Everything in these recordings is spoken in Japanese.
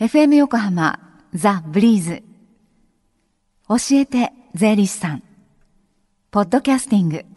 FM 横浜ザ・ブリーズ教えて税理士さんポッドキャスティング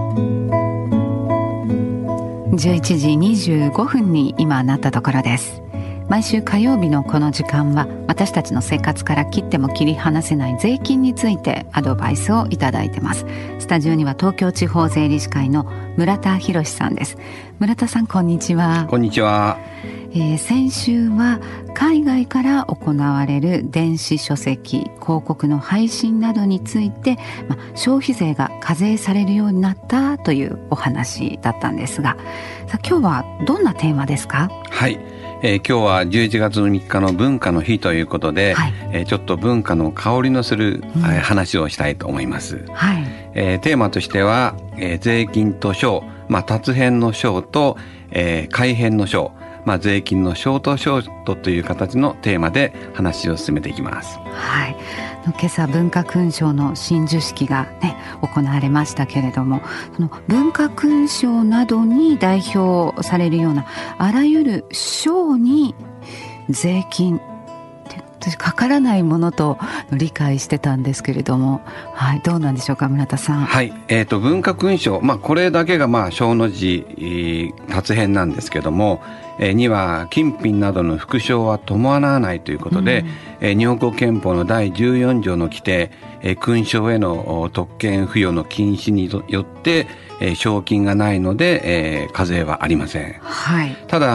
11時25分に今なったところです。毎週火曜日のこの時間は私たちの生活から切っても切り離せない税金についてアドバイスをいただいてます。スタジオには東京地方税理士会の村田博さんです。村田さん、こんにちは。 こんにちは。 先週は海外から行われる電子書籍広告の配信などについて、消費税が課税されるようになったというお話だったんですが、さあ今日はどんなテーマですか？ はい、今日は11月の3日の文化の日ということで、ちょっと文化の香りのする、話をしたいと思います。テーマとしては、税金と賞、達編の賞と、改編の賞、税金のショートショートという形のテーマで話を進めていきます。 今朝文化勲章の親授式が、行われましたけれども、その文化勲章などに代表されるようなあらゆる賞に税金ってかからないものと理解してたんですけれども、どうなんでしょうか、村田さん。 文化勲章、これだけが章の字達編なんですけども、には金品などの副賞は伴わないということで、日本国憲法の第14条の規定、勲章への特権付与の禁止によって賞金がないので、課税はありません。ただ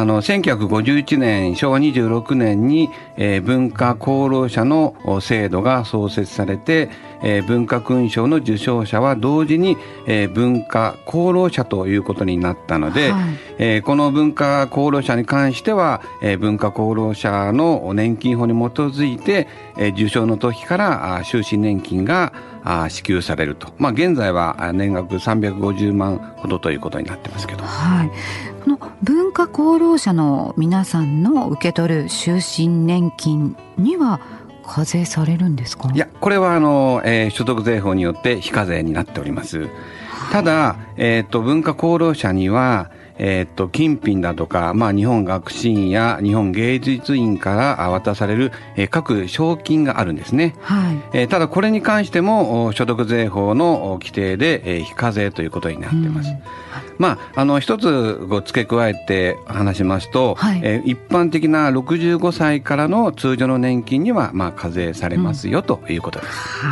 1951年昭和26年に、文化功労者の制度が創設されて、文化勲章の受章者は同時に、文化功労者ということになったので、この文化功労者に関しては、文化功労者の年金法に基づいて、受章の時から終身年金が支給されると、現在は年額350万ほどということになってますけど、 この文化功労者の皆さんの受け取る終身年金には課税されるんですか？ いや、これは所得税法によって非課税になっております。ただ、文化功労者には金品だとか、日本学士院や日本芸術院から渡される、各賞金があるんですね。ただこれに関しても所得税法の規定で、非課税ということになっています。一つ付け加えて話しますと、一般的な65歳からの通常の年金には、課税されますよ、ということです。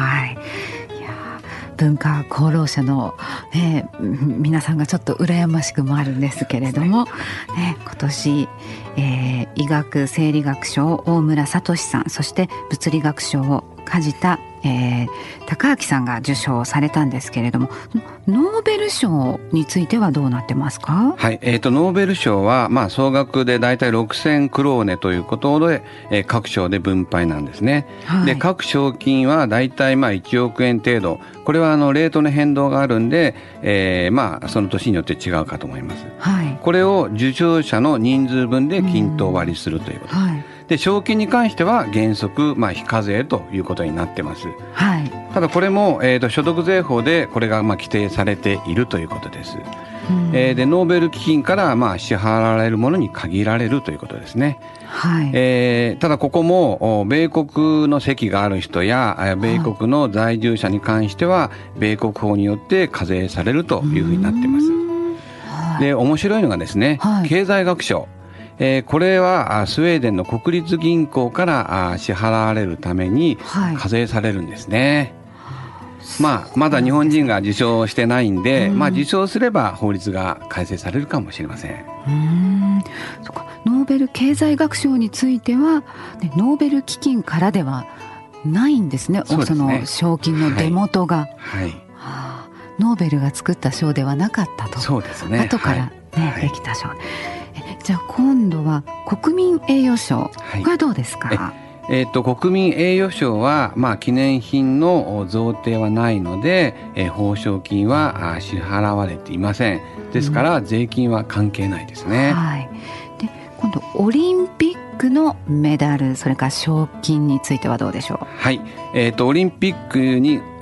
文化功労者の、皆さんがちょっと羨ましくもあるんですけれども、今年、医学生理学賞大村聡さん、そして物理学賞を梶田孝明さんが受賞されたんですけれども、ノーベル賞についてはどうなってますか？ ノーベル賞は、総額でだいたい6000クローネということで、各賞で分配なんですね。で、各賞金はだいたい1億円程度。これはレートの変動があるんで、その年によって違うかと思います。これを受賞者の人数分で均等割りするということで、賞金に関しては原則、非課税ということになってます。ただこれも、所得税法でこれが規定されているということです。で、ノーベル基金から支払われるものに限られるということですね。ただここも米国の籍がある人や米国の在住者に関しては米国法によって課税されるというふうになっています。で、面白いのがですね、経済学賞、これはスウェーデンの国立銀行から支払われるために課税されるんですね。まだ日本人が受賞してないんで、受賞すれば法律が改正されるかもしれません。 そうか、ノーベル経済学賞については、ノーベル基金からではないんですね。その賞金の出元が、ノーベルが作った賞ではなかったと。 そうですね。 後からできた賞。じゃあ今度は国民栄誉賞、これはどうですか？ 国民栄誉賞は、記念品の贈呈はないので、報奨金は支払われていません。ですから、税金は関係ないですね。 で、今度オリンピックのメダル、それから賞金についてはどうでしょう？ オリンピックに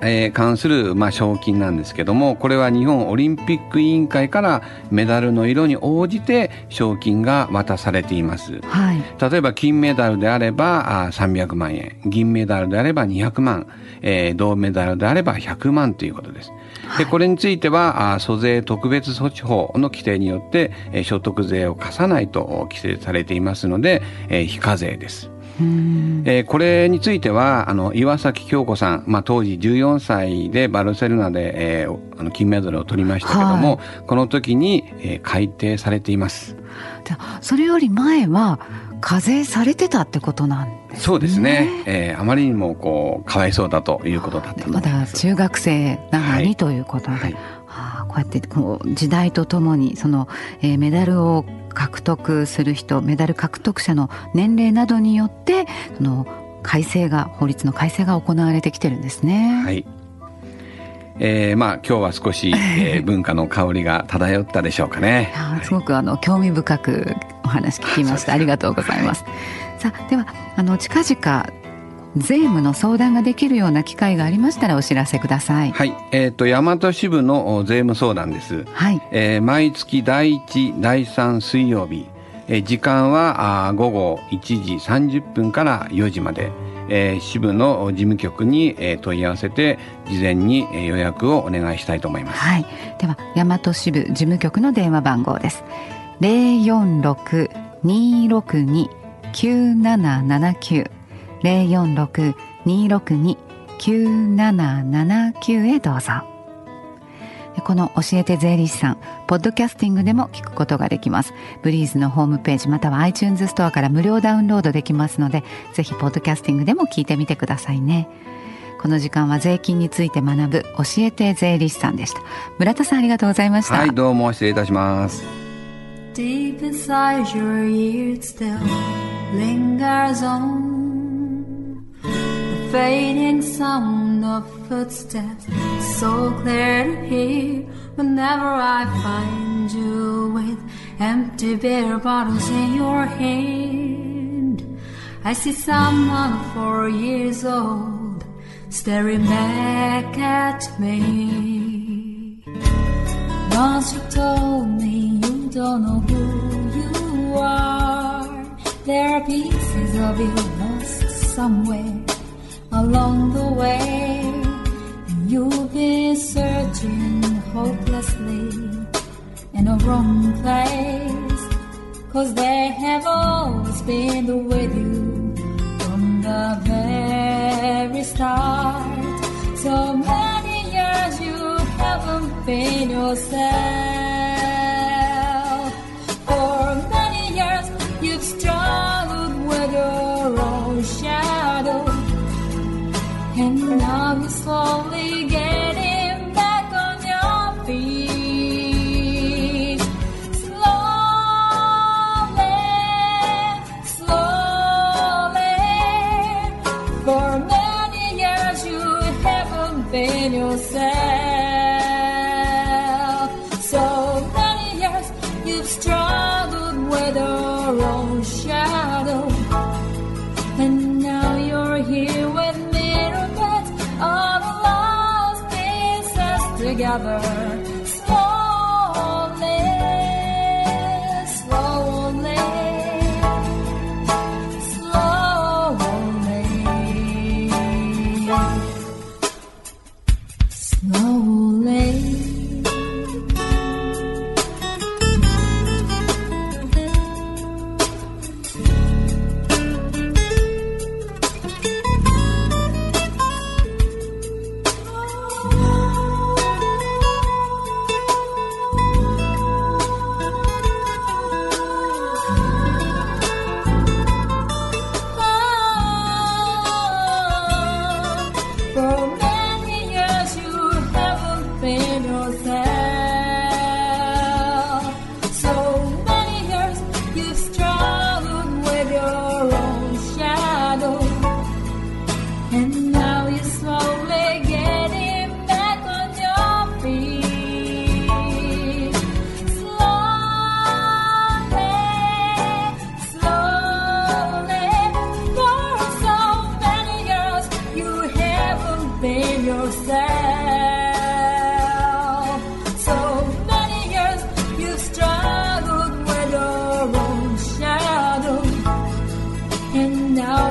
関する、賞金なんですけども、これは日本オリンピック委員会からメダルの色に応じて賞金が渡されています。はい、例えば金メダルであれば300万円、銀メダルであれば200万、銅メダルであれば100万ということです。で、これについては租税特別措置法の規定によって所得税を課さないと規定されていますので、非課税です。これについては岩崎恭子さん、当時14歳でバルセロナで、金メダルを取りましたけども、この時に、改定されています。 じゃあそれより前は課税されてたってことなんですね。 そうですね、あまりにもかわいそうだということだったと思います。 まだ中学生なのに、ということで、こうやって時代とともにその、メダルを獲得する人、メダル獲得者の年齢などによってその法律の改正が行われてきてるんですね。はい。 今日は少し、文化の香りが漂ったでしょうかね。 すごく興味深くお話聞きました。ありがとうございます。さあ、では近々税務の相談ができるような機会がありましたらお知らせください。 はい、大和支部の税務相談です。はい。毎月第1、第3水曜日、時間は午後1時30分から4時まで、支部の事務局に問い合わせて事前に予約をお願いしたいと思います。 はい。では大和支部事務局の電話番号です。046-262-9779 046-262-9779 へどうぞ。この教えて税理士さん、ポッドキャスティングでも聞くことができます。ブリーズのホームページまたは iTunes ストアから無料ダウンロードできますので、ぜひポッドキャスティングでも聞いてみてくださいね。この時間は税金について学ぶ教えて税理士さんでした。村田さん、ありがとうございました。 はい、どうも失礼いたします。 Deep inside your ear it still lingers on fading sound of footsteps, so clear to hear whenever I find you with empty beer bottles in your hand. I see someone 4 years old staring back at me. Once you told me you don't know who you are, there are pieces of you lost somewhere.Along the way, and you've been searching hopelessly in a wrong place, 'cause they have always been with you from the very start. So many years you haven't been yourself. For many years you've struggled with your own shadow.And now you're slowly getting back on your feet. Slowly, slowly. For many years you haven't been yourself. So many years you've struggled with your own shadow.And now you're here with me.All the lost pieces together, slowly, slowly, slowly, slowly.Slowly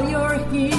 you're here.